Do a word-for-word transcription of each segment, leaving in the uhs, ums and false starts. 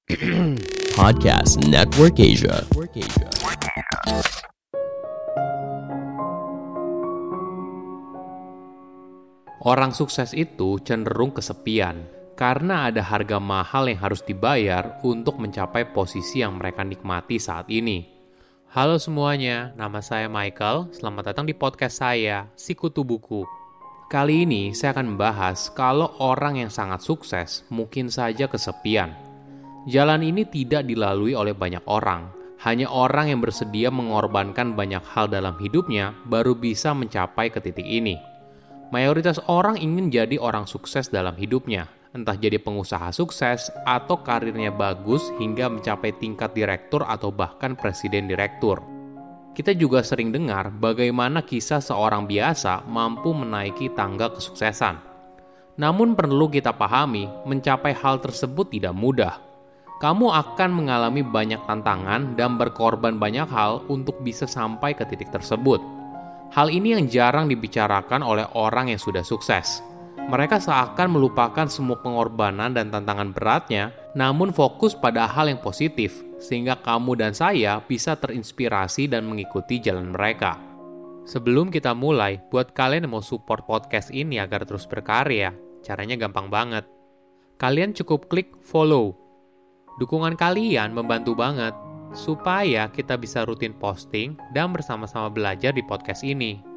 Podcast Network Asia. Orang sukses itu cenderung kesepian karena ada harga mahal yang harus dibayar untuk mencapai posisi yang mereka nikmati saat ini. Halo semuanya, nama saya Michael. Selamat datang di podcast saya, Sikutu Buku. Kali ini saya akan membahas kalau orang yang sangat sukses mungkin saja kesepian. Jalan ini tidak dilalui oleh banyak orang. Hanya orang yang bersedia mengorbankan banyak hal dalam hidupnya baru bisa mencapai ke titik ini. Mayoritas orang ingin jadi orang sukses dalam hidupnya, entah jadi pengusaha sukses atau karirnya bagus hingga mencapai tingkat direktur atau bahkan presiden direktur. Kita juga sering dengar bagaimana kisah seorang biasa mampu menaiki tangga kesuksesan. Namun perlu kita pahami, mencapai hal tersebut tidak mudah. Kamu akan mengalami banyak tantangan dan berkorban banyak hal untuk bisa sampai ke titik tersebut. Hal ini yang jarang dibicarakan oleh orang yang sudah sukses. Mereka seakan melupakan semua pengorbanan dan tantangan beratnya, namun fokus pada hal yang positif, sehingga kamu dan saya bisa terinspirasi dan mengikuti jalan mereka. Sebelum kita mulai, buat kalian yang mau support podcast ini agar terus berkarya, caranya gampang banget. Kalian cukup klik follow. Dukungan kalian membantu banget, supaya kita bisa rutin posting dan bersama-sama belajar di podcast ini.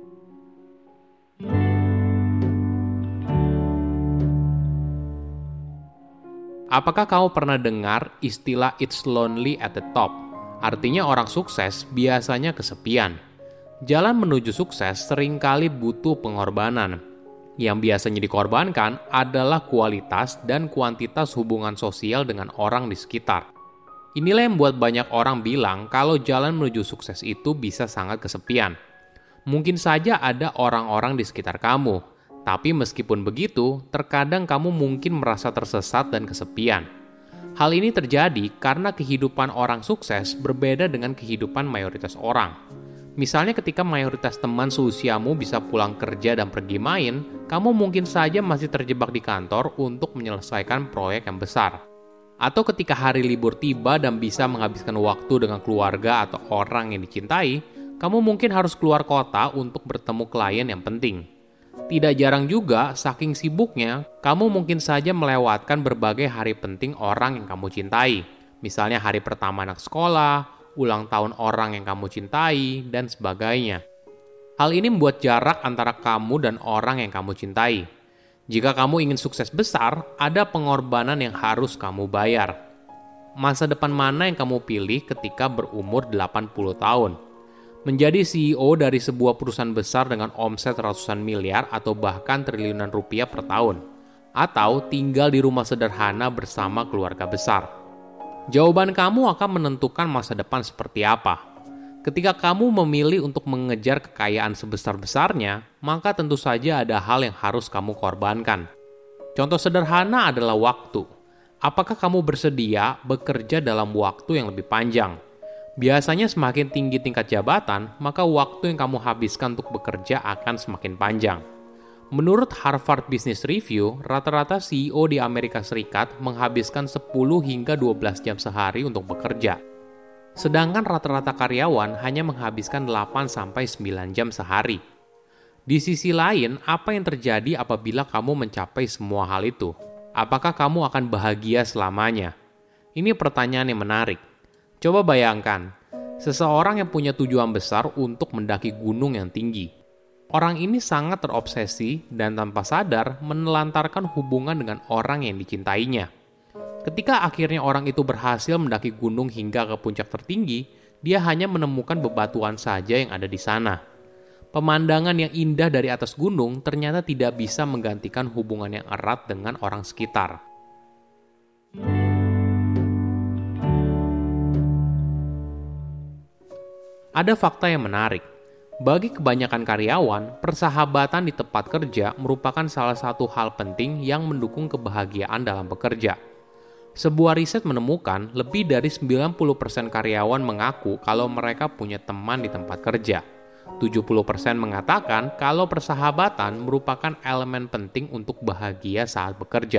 Apakah kamu pernah dengar istilah "it's lonely at the top"? Artinya orang sukses biasanya kesepian. Jalan menuju sukses seringkali butuh pengorbanan. Yang biasanya dikorbankan adalah kualitas dan kuantitas hubungan sosial dengan orang di sekitar. Inilah yang membuat banyak orang bilang kalau jalan menuju sukses itu bisa sangat kesepian. Mungkin saja ada orang-orang di sekitar kamu, tapi meskipun begitu, terkadang kamu mungkin merasa tersesat dan kesepian. Hal ini terjadi karena kehidupan orang sukses berbeda dengan kehidupan mayoritas orang. Misalnya ketika mayoritas teman seusiamu bisa pulang kerja dan pergi main, kamu mungkin saja masih terjebak di kantor untuk menyelesaikan proyek yang besar. Atau ketika hari libur tiba dan bisa menghabiskan waktu dengan keluarga atau orang yang dicintai, kamu mungkin harus keluar kota untuk bertemu klien yang penting. Tidak jarang juga, saking sibuknya, kamu mungkin saja melewatkan berbagai hari penting orang yang kamu cintai. Misalnya hari pertama anak sekolah, ulang tahun orang yang kamu cintai, dan sebagainya. Hal ini membuat jarak antara kamu dan orang yang kamu cintai. Jika kamu ingin sukses besar, ada pengorbanan yang harus kamu bayar. Masa depan mana yang kamu pilih ketika berumur delapan puluh tahun? Menjadi C E O dari sebuah perusahaan besar dengan omset ratusan miliar atau bahkan triliunan rupiah per tahun, atau tinggal di rumah sederhana bersama keluarga besar. Jawaban kamu akan menentukan masa depan seperti apa. Ketika kamu memilih untuk mengejar kekayaan sebesar-besarnya, maka tentu saja ada hal yang harus kamu korbankan. Contoh sederhana adalah waktu. Apakah kamu bersedia bekerja dalam waktu yang lebih panjang? Biasanya semakin tinggi tingkat jabatan, maka waktu yang kamu habiskan untuk bekerja akan semakin panjang. Menurut Harvard Business Review, rata-rata C E O di Amerika Serikat menghabiskan sepuluh hingga dua belas jam sehari untuk bekerja. Sedangkan rata-rata karyawan hanya menghabiskan delapan sampai sembilan jam sehari. Di sisi lain, apa yang terjadi apabila kamu mencapai semua hal itu? Apakah kamu akan bahagia selamanya? Ini pertanyaan yang menarik. Coba bayangkan, seseorang yang punya tujuan besar untuk mendaki gunung yang tinggi. Orang ini sangat terobsesi dan tanpa sadar menelantarkan hubungan dengan orang yang dicintainya. Ketika akhirnya orang itu berhasil mendaki gunung hingga ke puncak tertinggi, dia hanya menemukan bebatuan saja yang ada di sana. Pemandangan yang indah dari atas gunung ternyata tidak bisa menggantikan hubungan yang erat dengan orang sekitar. Ada fakta yang menarik. Bagi kebanyakan karyawan, persahabatan di tempat kerja merupakan salah satu hal penting yang mendukung kebahagiaan dalam bekerja. Sebuah riset menemukan lebih dari sembilan puluh persen karyawan mengaku kalau mereka punya teman di tempat kerja. tujuh puluh persen mengatakan kalau persahabatan merupakan elemen penting untuk bahagia saat bekerja.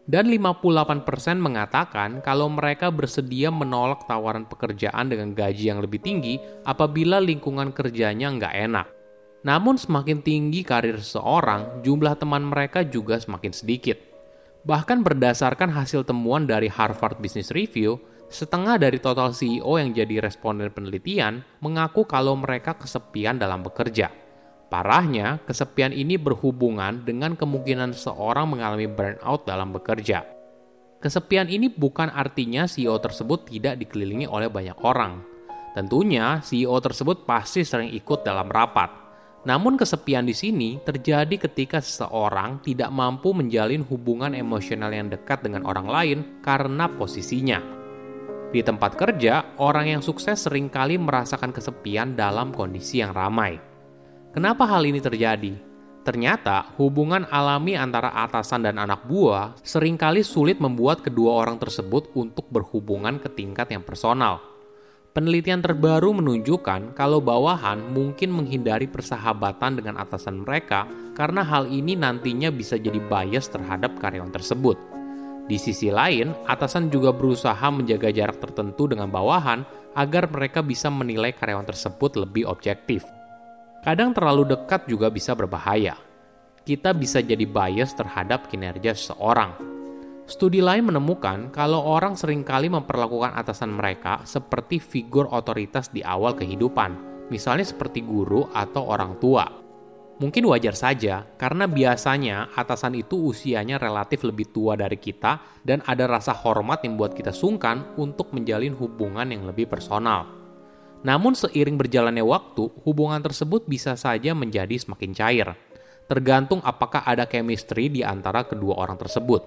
Dan lima puluh delapan persen mengatakan kalau mereka bersedia menolak tawaran pekerjaan dengan gaji yang lebih tinggi apabila lingkungan kerjanya nggak enak. Namun semakin tinggi karir seseorang, jumlah teman mereka juga semakin sedikit. Bahkan berdasarkan hasil temuan dari Harvard Business Review, setengah dari total C E O yang jadi responden penelitian mengaku kalau mereka kesepian dalam bekerja. Parahnya, kesepian ini berhubungan dengan kemungkinan seorang mengalami burnout dalam bekerja. Kesepian ini bukan artinya C E O tersebut tidak dikelilingi oleh banyak orang. Tentunya, C E O tersebut pasti sering ikut dalam rapat. Namun kesepian di sini terjadi ketika seseorang tidak mampu menjalin hubungan emosional yang dekat dengan orang lain karena posisinya. Di tempat kerja, orang yang sukses seringkali merasakan kesepian dalam kondisi yang ramai. Kenapa hal ini terjadi? Ternyata hubungan alami antara atasan dan anak buah seringkali sulit membuat kedua orang tersebut untuk berhubungan ke tingkat yang personal. Penelitian terbaru menunjukkan kalau bawahan mungkin menghindari persahabatan dengan atasan mereka karena hal ini nantinya bisa jadi bias terhadap karyawan tersebut. Di sisi lain, atasan juga berusaha menjaga jarak tertentu dengan bawahan agar mereka bisa menilai karyawan tersebut lebih objektif. Kadang terlalu dekat juga bisa berbahaya. Kita bisa jadi bias terhadap kinerja seseorang. Studi lain menemukan kalau orang seringkali memperlakukan atasan mereka seperti figur otoritas di awal kehidupan, misalnya seperti guru atau orang tua. Mungkin wajar saja, karena biasanya atasan itu usianya relatif lebih tua dari kita dan ada rasa hormat yang membuat kita sungkan untuk menjalin hubungan yang lebih personal. Namun seiring berjalannya waktu, hubungan tersebut bisa saja menjadi semakin cair, tergantung apakah ada chemistry di antara kedua orang tersebut.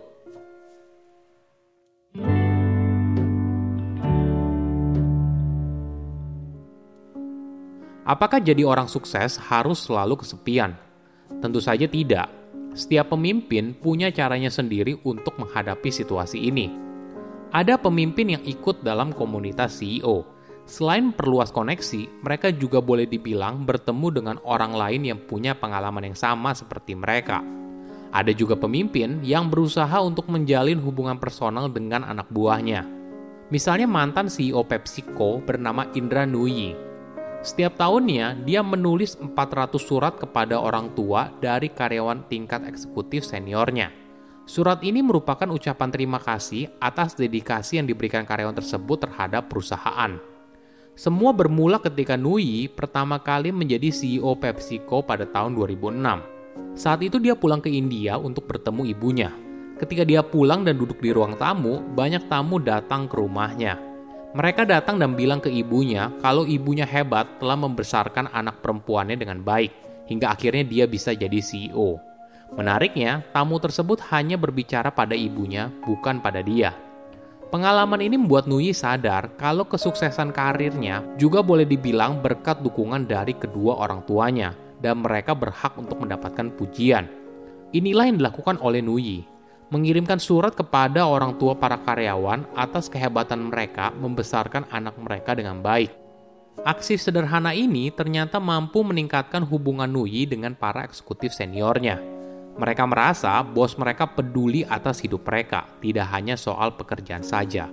Apakah jadi orang sukses harus selalu kesepian? Tentu saja tidak. Setiap pemimpin punya caranya sendiri untuk menghadapi situasi ini. Ada pemimpin yang ikut dalam komunitas C E O. Selain perluas koneksi, mereka juga boleh dibilang bertemu dengan orang lain yang punya pengalaman yang sama seperti mereka. Ada juga pemimpin yang berusaha untuk menjalin hubungan personal dengan anak buahnya. Misalnya mantan C E O PepsiCo bernama Indra Nooyi. Setiap tahunnya, dia menulis empat ratus surat kepada orang tua dari karyawan tingkat eksekutif seniornya. Surat ini merupakan ucapan terima kasih atas dedikasi yang diberikan karyawan tersebut terhadap perusahaan. Semua bermula ketika Nooyi pertama kali menjadi C E O PepsiCo pada tahun dua ribu enam. Saat itu dia pulang ke India untuk bertemu ibunya. Ketika dia pulang dan duduk di ruang tamu, banyak tamu datang ke rumahnya. Mereka datang dan bilang ke ibunya kalau ibunya hebat telah membesarkan anak perempuannya dengan baik, hingga akhirnya dia bisa jadi C E O. Menariknya, tamu tersebut hanya berbicara pada ibunya, bukan pada dia. Pengalaman ini membuat Nooyi sadar kalau kesuksesan karirnya juga boleh dibilang berkat dukungan dari kedua orang tuanya, dan mereka berhak untuk mendapatkan pujian. Inilah yang dilakukan oleh Nooyi, mengirimkan surat kepada orang tua para karyawan atas kehebatan mereka membesarkan anak mereka dengan baik. Aksi sederhana ini ternyata mampu meningkatkan hubungan Nooyi dengan para eksekutif seniornya. Mereka merasa bos mereka peduli atas hidup mereka, tidak hanya soal pekerjaan saja.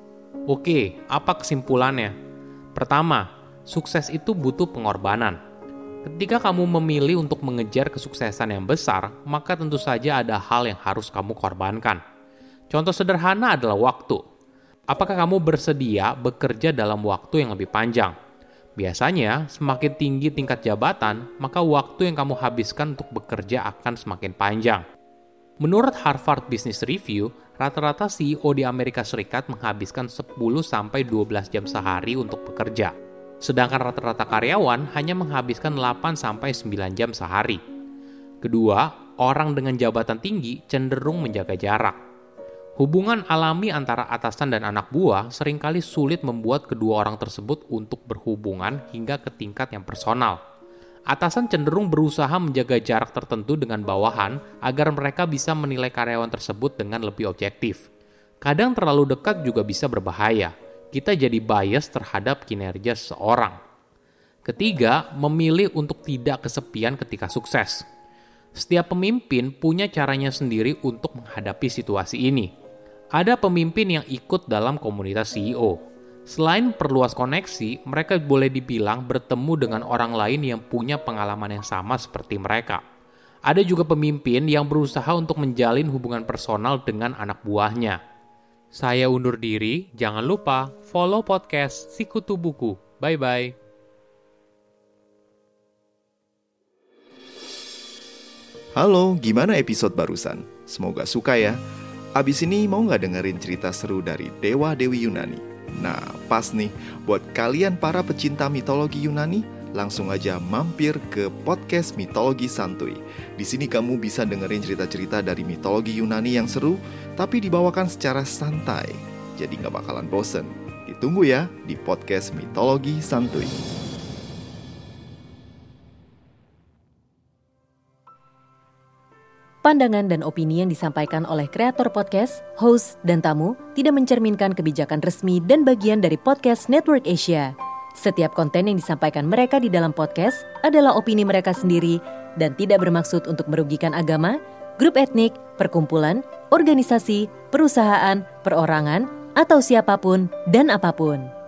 Oke, apa kesimpulannya? Pertama, sukses itu butuh pengorbanan. Ketika kamu memilih untuk mengejar kesuksesan yang besar, maka tentu saja ada hal yang harus kamu korbankan. Contoh sederhana adalah waktu. Apakah kamu bersedia bekerja dalam waktu yang lebih panjang? Biasanya, semakin tinggi tingkat jabatan, maka waktu yang kamu habiskan untuk bekerja akan semakin panjang. Menurut Harvard Business Review, rata-rata C E O di Amerika Serikat menghabiskan sepuluh sampai dua belas jam sehari untuk bekerja. Sedangkan rata-rata karyawan hanya menghabiskan delapan sampai sembilan jam sehari. Kedua, orang dengan jabatan tinggi cenderung menjaga jarak. Hubungan alami antara atasan dan anak buah seringkali sulit membuat kedua orang tersebut untuk berhubungan hingga ke tingkat yang personal. Atasan cenderung berusaha menjaga jarak tertentu dengan bawahan agar mereka bisa menilai karyawan tersebut dengan lebih objektif. Kadang terlalu dekat juga bisa berbahaya. Kita jadi bias terhadap kinerja seseorang. Ketiga, memilih untuk tidak kesepian ketika sukses. Setiap pemimpin punya caranya sendiri untuk menghadapi situasi ini. Ada pemimpin yang ikut dalam komunitas C E O. Selain perluas koneksi, mereka boleh dibilang bertemu dengan orang lain yang punya pengalaman yang sama seperti mereka. Ada juga pemimpin yang berusaha untuk menjalin hubungan personal dengan anak buahnya. Saya undur diri, jangan lupa follow podcast Sikutu Buku. Bye-bye. Halo, gimana episode barusan? Semoga suka ya. Abis ini mau gak dengerin cerita seru dari Dewa-Dewi Yunani? Nah, pas nih, buat kalian para pecinta mitologi Yunani, langsung aja mampir ke podcast Mitologi Santuy. Di sini kamu bisa dengerin cerita-cerita dari mitologi Yunani yang seru, tapi dibawakan secara santai. Jadi gak bakalan bosen. Ditunggu ya di podcast Mitologi Santuy. Pandangan dan opini yang disampaikan oleh kreator podcast, host, dan tamu tidak mencerminkan kebijakan resmi dan bagian dari podcast Network Asia. Setiap konten yang disampaikan mereka di dalam podcast adalah opini mereka sendiri dan tidak bermaksud untuk merugikan agama, grup etnik, perkumpulan, organisasi, perusahaan, perorangan, atau siapapun dan apapun.